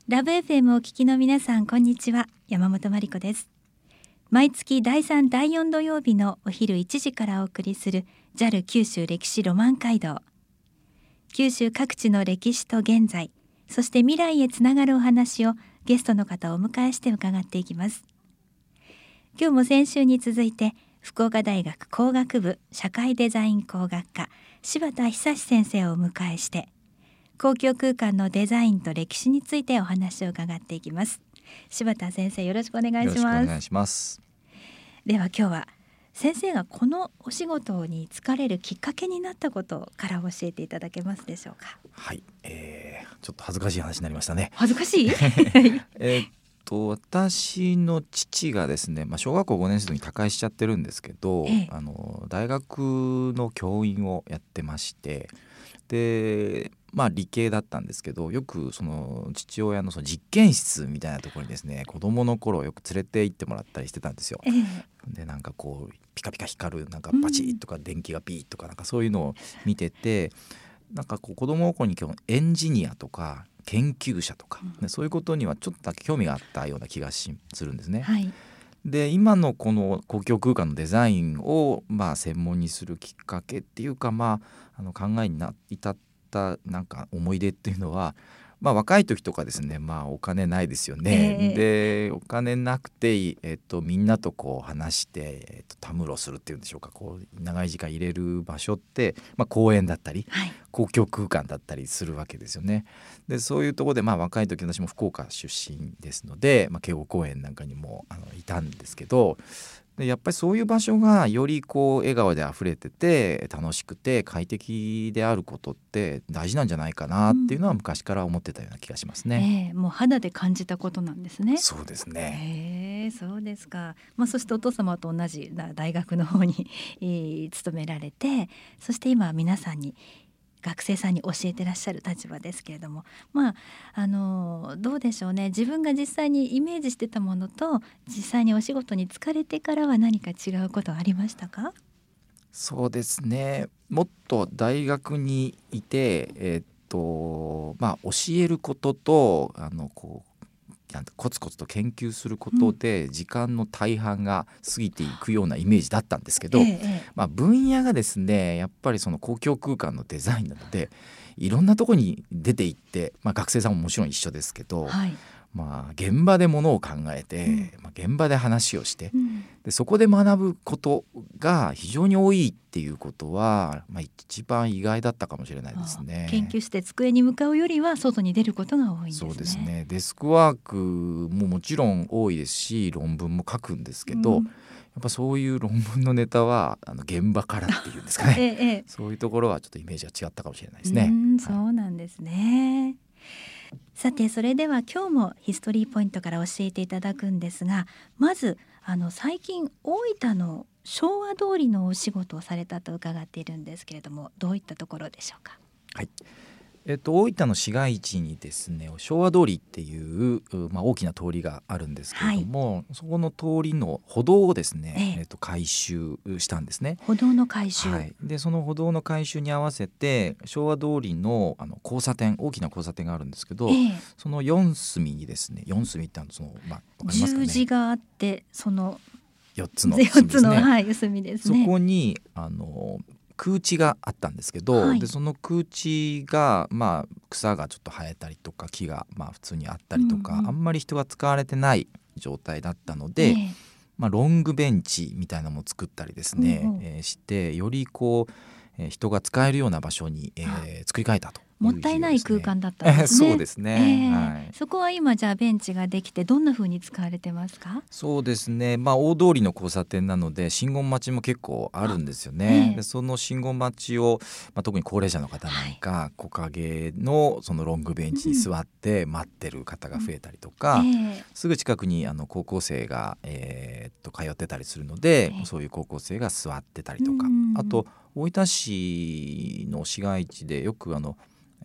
ラブ FM をお聞きの皆さん、こんにちは。山本真理子です。毎月第3第4土曜日のお昼1時からお送りする JAL 九州歴史ロマン街道。九州各地の歴史と現在、そして未来へつながるお話をゲストの方をお迎えして伺っていきます。今日も先週に続いて福岡大学工学部社会デザイン工学科柴田久先生をお迎えして、公共空間のデザインと歴史についてお話を伺っていきます。柴田先生、よろしくお願いします。 よろしくお願いします。 では今日は先生がこのお仕事に就かれるきっかけになったことから教えていただけますでしょうか。 はい、ちょっと恥ずかしい話になりましたね。 恥ずかしい私の父がですね、小学校5年生の時に他界しちゃってるんですけど、大学の教員をやってまして、で理系だったんですけど、よくその父親のその実験室みたいなところにですね、子供の頃よく連れて行ってもらったりしてたんですよ。でなんかこうピカピカ光るなんかバチッとか電気がピーとかなんかそういうのを見てて、なんかこう子供の頃にエンジニアとか研究者とか、そういうことにはちょっとだけ興味があったような気がするんですね。 はい、 で今のこの公共空間のデザインを専門にするきっかけっていうか、考えに至ったなんか思い出っていうのは、若い時とかですね、お金ないですよね。でお金なくて、みんなとこう話して、たむろするっていうんでしょうか、こう長い時間入れる場所って、公園だったり、公共空間だったりするわけですよね。でそういうところで、若い時私も福岡出身ですので、京王公園なんかにもいたんですけど、でやっぱりそういう場所がよりこう笑顔であふれてて楽しくて快適であることって大事なんじゃないかなっていうのは昔から思ってたような気がしますね。 もう肌で感じたことなんですね。 そうですね。 そうですか。そしてお父様と同じ大学の方に、勤められて、そして今皆さんに学生さんに教えてらっしゃる立場ですけれども、どうでしょうね。自分が実際にイメージしてたものと実際にお仕事に就かれてからは何か違うことはありましたか？ そうですね。もっと大学にいて、教えることとコツコツと研究することで時間の大半が過ぎていくようなイメージだったんですけど、分野がですね、やっぱりその公共空間のデザインなのでいろんなところに出ていって、学生さんももちろん一緒ですけど、現場でものを考えて、現場で話をして、でそこで学ぶことが非常に多いっていうことは、一番意外だったかもしれないですね。 研究して机に向かうよりは外に出ることが多いんですね。 そうですね。デスクワークももちろん多いですし、論文も書くんですけど、やっぱそういう論文のネタは現場からっていうんですかね、そういうところはちょっとイメージが違ったかもしれないですね。 そうなんですね。さて、それでは今日もヒストリーポイントから教えていただくんですが、まず最近大分の昭和通りのお仕事をされたと伺っているんですけれども、どういったところでしょうか？ はい、大分の市街地にですね、昭和通りっていう、大きな通りがあるんですけれども、そこの通りの歩道をですね、改修したんですね。 歩道の改修、 でその歩道の改修に合わせて昭和通りの交差点、大きな交差点があるんですけど、その4隅にですね、4隅ってその、わかりますかね、 十字があって、その 4つの隅ですね。 隅ですね。 そこに空地があったんですけど、でその空地が、草がちょっと生えたりとか木が普通にあったりとか、あんまり人が使われてない状態だったので、ロングベンチみたいなのも作ったりですね、してよりこう、人が使えるような場所に、作り変えたと。 もったいない空間だったんですね。 そうですね、 そこは今じゃあベンチができてどんな風に使われてますか？ そうですね、大通りの交差点なので信号待ちも結構あるんですよね。でその信号待ちを、特に高齢者の方なんか、木陰のそのロングベンチに座って待ってる方が増えたりとか、すぐ近くに高校生が、通ってたりするので、そういう高校生が座ってたりとか、あと大分市の市街地でよく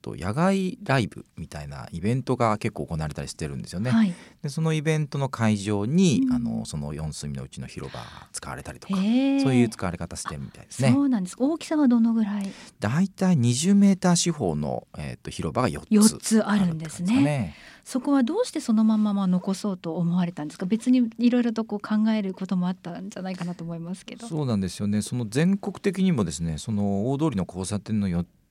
野外ライブみたいなイベントが結構行われたりしてるんですよね。 はい、 でそのイベントの会場に、 うん、 その4隅のうちの広場が使われたりとか、 へえ、 そういう使われ方してるみたいですね。 そうなんです。大きさはどのぐらい？ だいたい20メーター四方の、広場が4 4 つつあるんですね。そこはどうしてそのまま残そうと思われたんですか？別にいろいろとこう考えることもあったんじゃないかなと思いますけど。 そうなんですよね。その全国的にもですね、その大通りの交差点の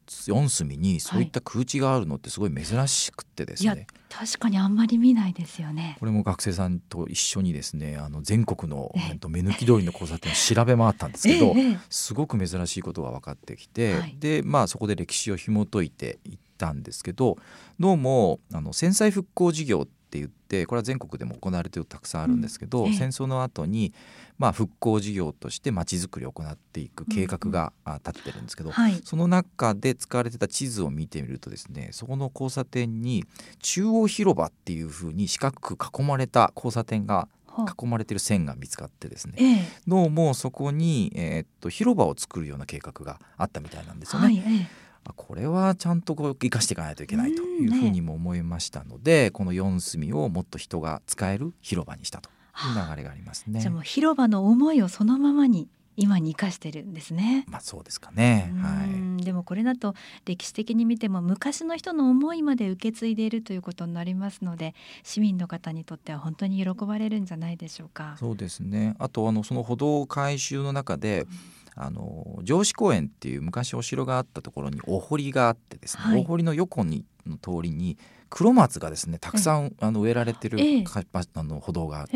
4隅にそういった空地があるのってすごい珍しくってですいやね、 確かにあんまり見ないですよね。 これも学生さんと一緒にですね、全国の、 え目抜き通りの交差点を調べ回ったんですけど、すごく珍しいことが分かってきて、 はい、 でそこで歴史を紐解いていったんですけど、どうも戦災復興事業って言って、これは全国でも行われているたくさんあるんですけど、戦争の後に、復興事業としてまちづくりを行っていく計画が立ってるんですけど、 はい、 その中で使われてた地図を見てみるとですね、そこの交差点に中央広場っていうふうに四角く囲まれた交差点が囲まれている線が見つかってですね、どうもそこに、広場を作るような計画があったみたいなんですよね。 はい、 これはちゃんと生かしていかないといけないというふうにも思いましたので、この4隅をもっと人が使える広場にしたという流れがありますね。 じゃあもう広場の思いをそのままに今に生かしてるんですね。 そうですかね。はい。 でもこれだと歴史的に見ても昔の人の思いまで受け継いでいるということになりますので、市民の方にとっては本当に喜ばれるんじゃないでしょうか。 そうですね。あとその歩道改修の中で、城址公園っていう昔お城があったところにお堀があってですね、 はい、 お堀の横の通りに黒松がですねたくさん植えられてる、歩道があって、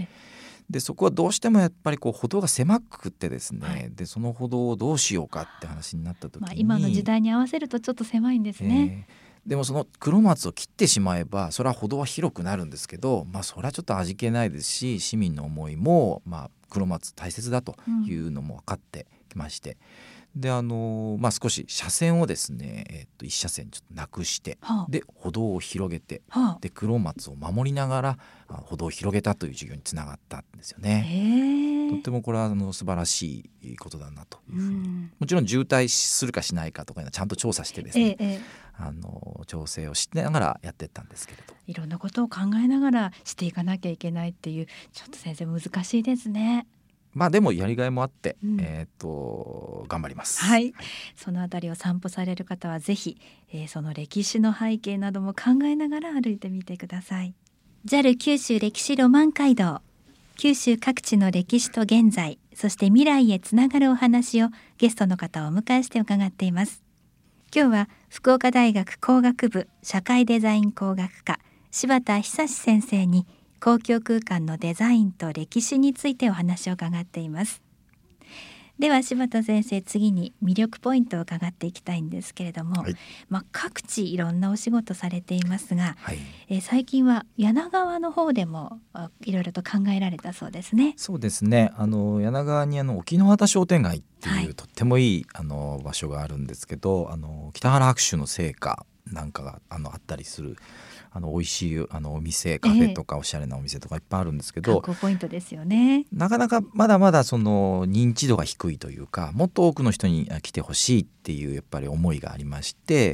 でそこはどうしてもやっぱり歩道が狭くてですね、はい、でその歩道をどうしようかって話になった時に、 今の時代に合わせるとちょっと狭いんですね。 でもその黒松を切ってしまえばそれは歩道は広くなるんですけど、それはちょっと味気ないですし、市民の思いも、黒松大切だというのも分かってきまして、で少し車線をですね、1車線ちょっとなくして、で歩道を広げて、で黒松を守りながら歩道を広げたという授業につながったんですよね。とってもこれは素晴らしいことだなというふうに、もちろん渋滞するかしないかとかいうのはちゃんと調査してですね、調整をしながらやっていったんですけれど、 いろんなことを考えながらしていかなきゃいけないっていう、ちょっと先生難しいですね。 でもやりがいもあって、頑張ります。 はい、そのあたりを散歩される方はぜひ、その歴史の背景なども考えながら歩いてみてください。 JAL 九州歴史ロマン街道、九州各地の歴史と現在、そして未来へつながるお話をゲストの方をお迎えして伺っています。今日は福岡大学工学部社会デザイン工学科柴田久先生に公共空間のデザインと歴史についてお話を伺っています。では柴田先生、次に魅力ポイントを伺っていきたいんですけれども、各地いろんなお仕事されていますが、最近は柳川の方でもいろいろと考えられたそうですね。 そうですね。柳川に沖ノ畑商店街っていう、とってもいい場所があるんですけど、北原白秋の生家なんかがあったりする美味しいお店、カフェとかおしゃれなお店とかいっぱいあるんですけど、 観光ポイントですよね。 なかなかまだまだその認知度が低いというか、もっと多くの人に来てほしいっていうやっぱり思いがありまして、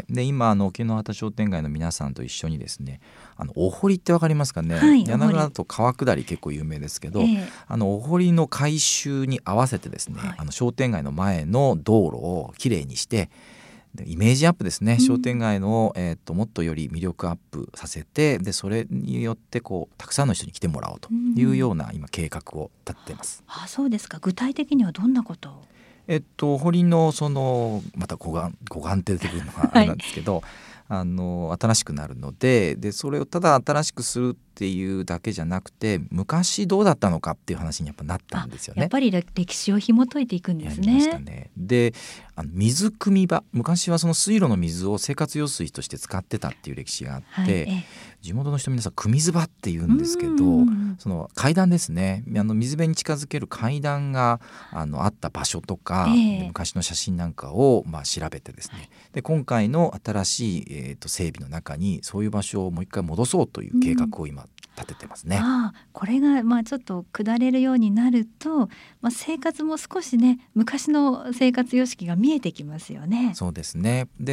で今沖ノ畑商店街の皆さんと一緒にですね、お堀ってわかりますかね。柳川だと川下り結構有名ですけど、お堀の改修に合わせてですね、商店街の前の道路をきれいにしてイメージアップですね、商店街の、もっとより魅力アップさせて、でそれによってたくさんの人に来てもらおうというような今計画を立っています。 そうですか。具体的にはどんなことを？ 堀のまた護岸って出てくるのがあれなんですけど、新しくなるので、それをただ新しくするっていうだけじゃなくて、昔どうだったのかっていう話にやっぱなったんですよね。 やっぱり歴史を紐解いていくんですね。 やりましたね。で水汲み場、昔はその水路の水を生活用水として使ってたっていう歴史があって、地元の人皆さん汲みず場って言うんですけど、その階段ですね、水辺に近づける階段があった場所とか、昔の写真なんかを調べてですね、で今回の新しい、整備の中にそういう場所をもう一回戻そうという計画を今立ててますね。 これがちょっと下れるようになると、生活も少しね、昔の生活様式が見えてきますよね。 そうですね。で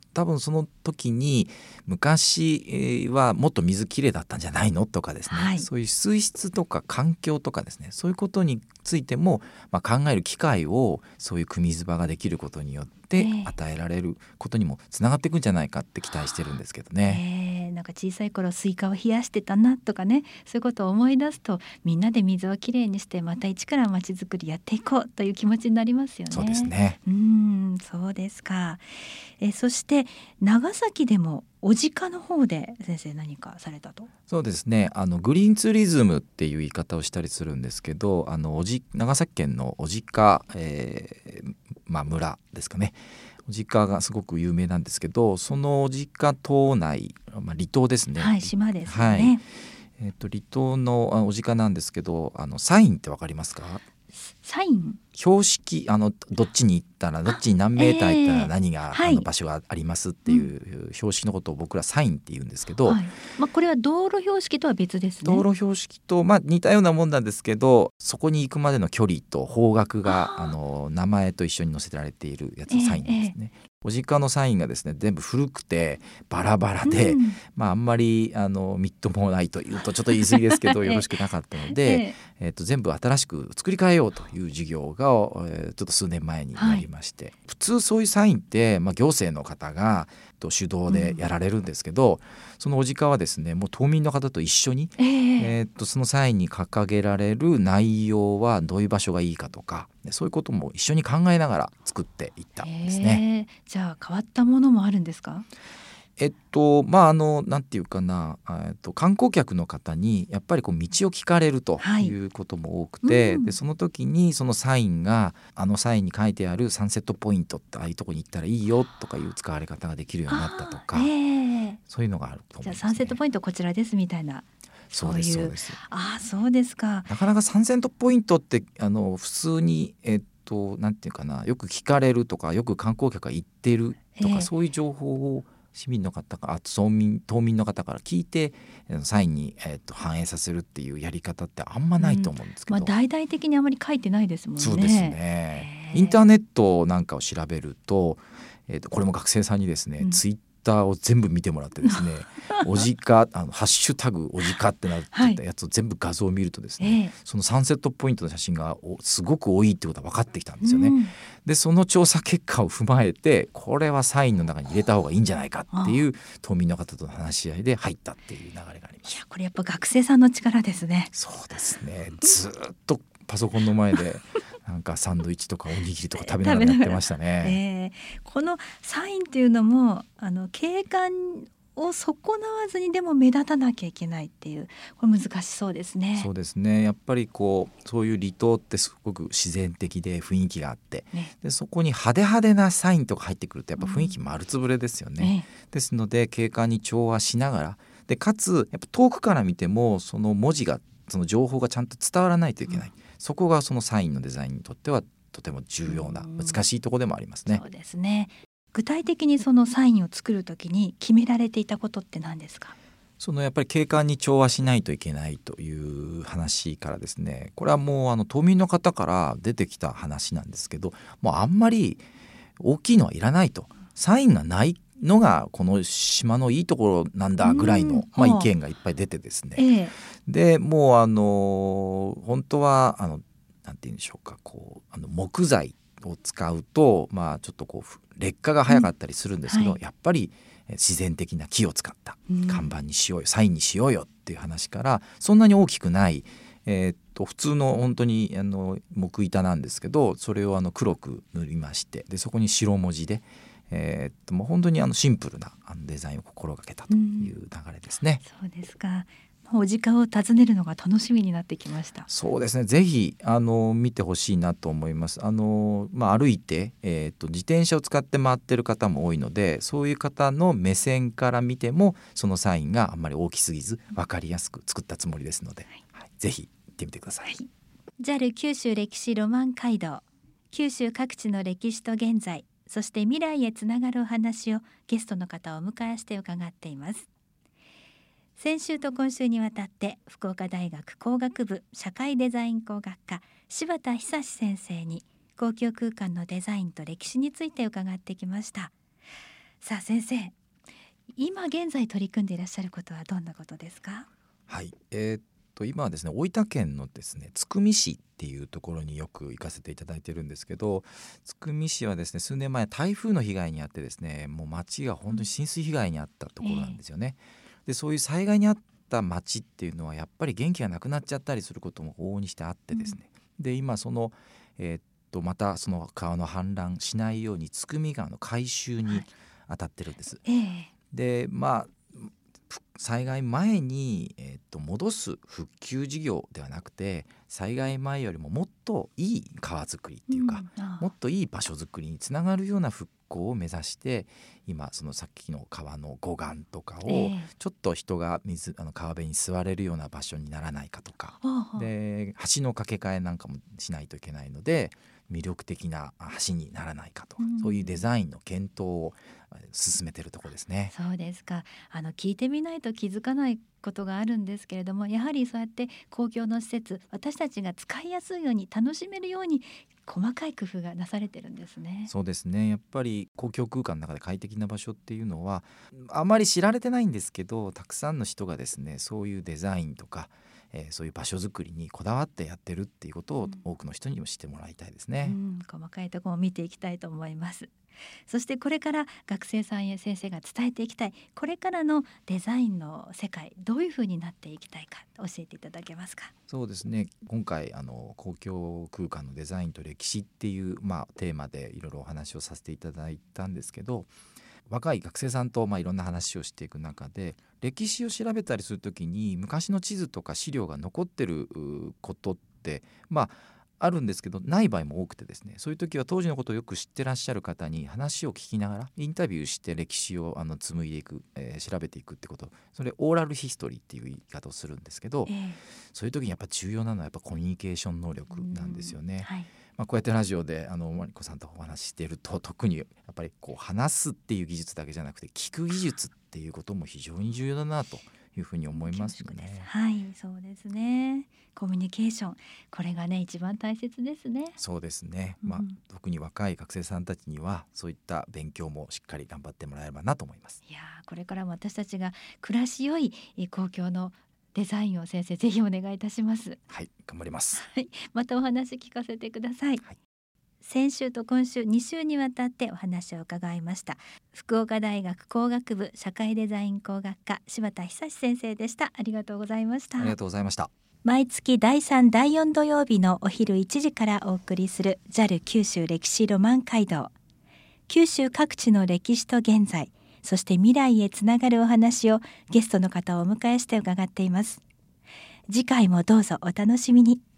多分その時に昔はもっと水きれいだったんじゃないのとかですね、 はい、 そういう水質とか環境とかですね、そういうことについても、考える機会をそういう組水場ができることによって与えられることにもつながっていくんじゃないかって期待してるんですけどね。 なんか小さい頃スイカを冷やしてたなとかね、そういうことを思い出すとみんなで水をきれいにしてまた一からまちづくりやっていこうという気持ちになりますよね。 そうですね。 そうですか。そして長崎でも小鹿の方で先生何かされたと。 そうですね、グリーンツーリズムっていう言い方をしたりするんですけど、長崎県の小鹿、村ですかね、小鹿がすごく有名なんですけど、その小鹿島内、離島ですね、 はい、島ですよはい、 ね。 離島の小鹿なんですけど、サインってわかりますか？ サイン、 標識、どっちに行ったらどっちに何メーター行ったら何が、 はい、 場所がありますっていう標識のことを僕らサインって言うんですけど、 はい、これは道路標識とは別ですね。 道路標識と、似たようなもんなんですけど、そこに行くまでの距離と方角が名前と一緒に載せられているやつ、サインなんですね。小鹿のサインがですね、全部古くてバラバラで、あんまりみっともないというとちょっと言い過ぎですけどよろしくなかったので、全部新しく作り変えようという事業が、ちょっと数年前になりまして、普通そういうサインって、行政の方が主導でやられるんですけど、その小鹿はですね、もう島民の方と一緒に、そのサインに掲げられる内容はどういう場所がいいかとか、そういうことも一緒に考えながら作っていったんですね。 じゃあ変わったものもあるんですか？ なんていうかな、観光客の方にやっぱり道を聞かれるということも多くて、でその時にそのサインがサインに書いてあるサンセットポイントってああいうとこに行ったらいいよとかいう使われ方ができるようになったとか、そういうのがあると思いますね。 じゃあサンセットポイントこちらですみたいな。 そうですそうです。 そうですか。 なかなかサンセットポイントって普通になんていうかな、よく聞かれるとかよく観光客が行ってるとか、そういう情報を市民の方から島民の方から聞いてサインに、反映させるっていうやり方ってあんまないと思うんですけど、 大々的にあまり書いてないですもんね。 そうですね。インターネットなんかを調べると、これも学生さんにですね、ツイッターを全部見てもらってですねおじかハッシュタグおじかってなってたやつを全部画像を見るとですね、そのサンセットポイントの写真がすごく多いってことが分かってきたんですよね。でその調査結果を踏まえて、これはサインの中に入れた方がいいんじゃないかっていう島民の方との話し合いで入ったっていう流れがあります。 いや、これやっぱ学生さんの力ですね。 そうですね。ずっとパソコンの前でなんかサンドイッチとかおにぎりとか食べながらやってましたね。 このサインっていうのも景観を損なわずにでも目立たなきゃいけないっていう、これ難しそうですね。 そうですね。やっぱりそういう離島ってすごく自然的で雰囲気があって、でそこに派手派手なサインとか入ってくるとやっぱ雰囲気丸つぶれですよね。ですので景観に調和しながら、でかつやっぱ遠くから見てもその文字が、その情報がちゃんと伝わらないといけない、そこがそのサインのデザインにとってはとても重要な難しいところでもありますね。 そうですね。具体的にそのサインを作るときに決められていたことって何ですか？ やっぱり景観に調和しないといけないという話からですね、これはもう島民の方から出てきた話なんですけど、もうあんまり大きいのはいらないと、サインがないのがこの島のいいところなんだぐらいの、意見がいっぱい出てですね、でもう本当はなんて言うんでしょうか、木材を使うと、ちょっと劣化が早かったりするんですけど、やっぱり自然的な木を使った看板にしようよ、サインにしようよっていう話から、そんなに大きくない普通の本当に木板なんですけど、それを黒く塗りまして、でそこに白文字で、もう本当にシンプルなデザインを心がけたという流れですね。 そうですか。お鹿を訪ねるのが楽しみになってきました。 そうですね。ぜひ見てほしいなと思います。歩いて、自転車を使って回ってる方も多いので、そういう方の目線から見てもそのサインがあんまり大きすぎず分かりやすく作ったつもりですので、ぜひ行ってみてください。 JAL 九州歴史ロマン街道、九州各地の歴史と現在、そして未来へつながるお話をゲストの方をお迎えして伺っています。先週と今週にわたって福岡大学工学部社会デザイン工学科柴田久先生に公共空間のデザインと歴史について伺ってきました。 さあ先生、今現在取り組んでいらっしゃることはどんなことですか？ はい、今はですね、大分県のですね津久見市っていうところによく行かせていただいてるんですけど、津久見市はですね数年前台風の被害に遭ってですね、もう町が本当に浸水被害に遭ったところなんですよね。でそういう災害に遭った町っていうのはやっぱり元気がなくなっちゃったりすることも往々にしてあってですね、で今その、またその川の氾濫しないように津久見川の改修に当たってるんです。で災害前に、戻す復旧事業ではなくて、災害前よりももっといい川作りっていうか、もっといい場所づくりにつながるような復興を目指して、今そのさっきの川の護岸とかをちょっと人が川辺に座れるような場所にならないかとか、で橋の架け替えなんかもしないといけないので魅力的な橋にならないかとか、そういうデザインの検討を進めているところですね。 そうですか。聞いてみないと気づかないことがあるんですけれども、やはりそうやって公共の施設、私たちが使いやすいように楽しめるように細かい工夫がなされてるんですね。 そうですね、やっぱり公共空間の中で快適な場所っていうのはあまり知られてないんですけど、たくさんの人がですねそういうデザインとか、そういう場所づくりにこだわってやってるっていうことを多くの人にも知ってもらいたいですね。 細かいところを見ていきたいと思います。そしてこれから学生さんや先生が伝えていきたいこれからのデザインの世界、どういうふうになっていきたいか教えていただけますか？ そうですね、今回公共空間のデザインと歴史っていう、テーマでいろいろお話をさせていただいたんですけど、若い学生さんといろんな話をしていく中で、歴史を調べたりするときに昔の地図とか資料が残ってることってあるんですけど、ない場合も多くてですね、そういう時は当時のことをよく知ってらっしゃる方に話を聞きながらインタビューして歴史を紡いでいく、調べていくってこと、それオーラルヒストリーっていう言い方をするんですけど、そういう時にやっぱ重要なのはやっぱコミュニケーション能力なんですよね。こうやってラジオでマリコさんとお話ししていると、特にやっぱり話すっていう技術だけじゃなくて聞く技術っていうことも非常に重要だなというふうに思いますね。 はい、そうですね。コミュニケーション、これがね一番大切ですね。 そうですね、特に若い学生さんたちにはそういった勉強もしっかり頑張ってもらえればなと思います。 いや、これからも私たちが暮らしよい公共のデザインを先生ぜひお願いいたします。 はい、頑張ります。 またお話聞かせてください。先週と今週2週にわたってお話を伺いました。福岡大学工学部社会デザイン工学科柴田久先生でした。ありがとうございました。 ありがとうございました。 毎月第3第4土曜日のお昼1時からお送りする JAL 九州歴史ロマン街道。九州各地の歴史と現在、そして未来へつながるお話をゲストの方をお迎えして伺っています。次回もどうぞお楽しみに。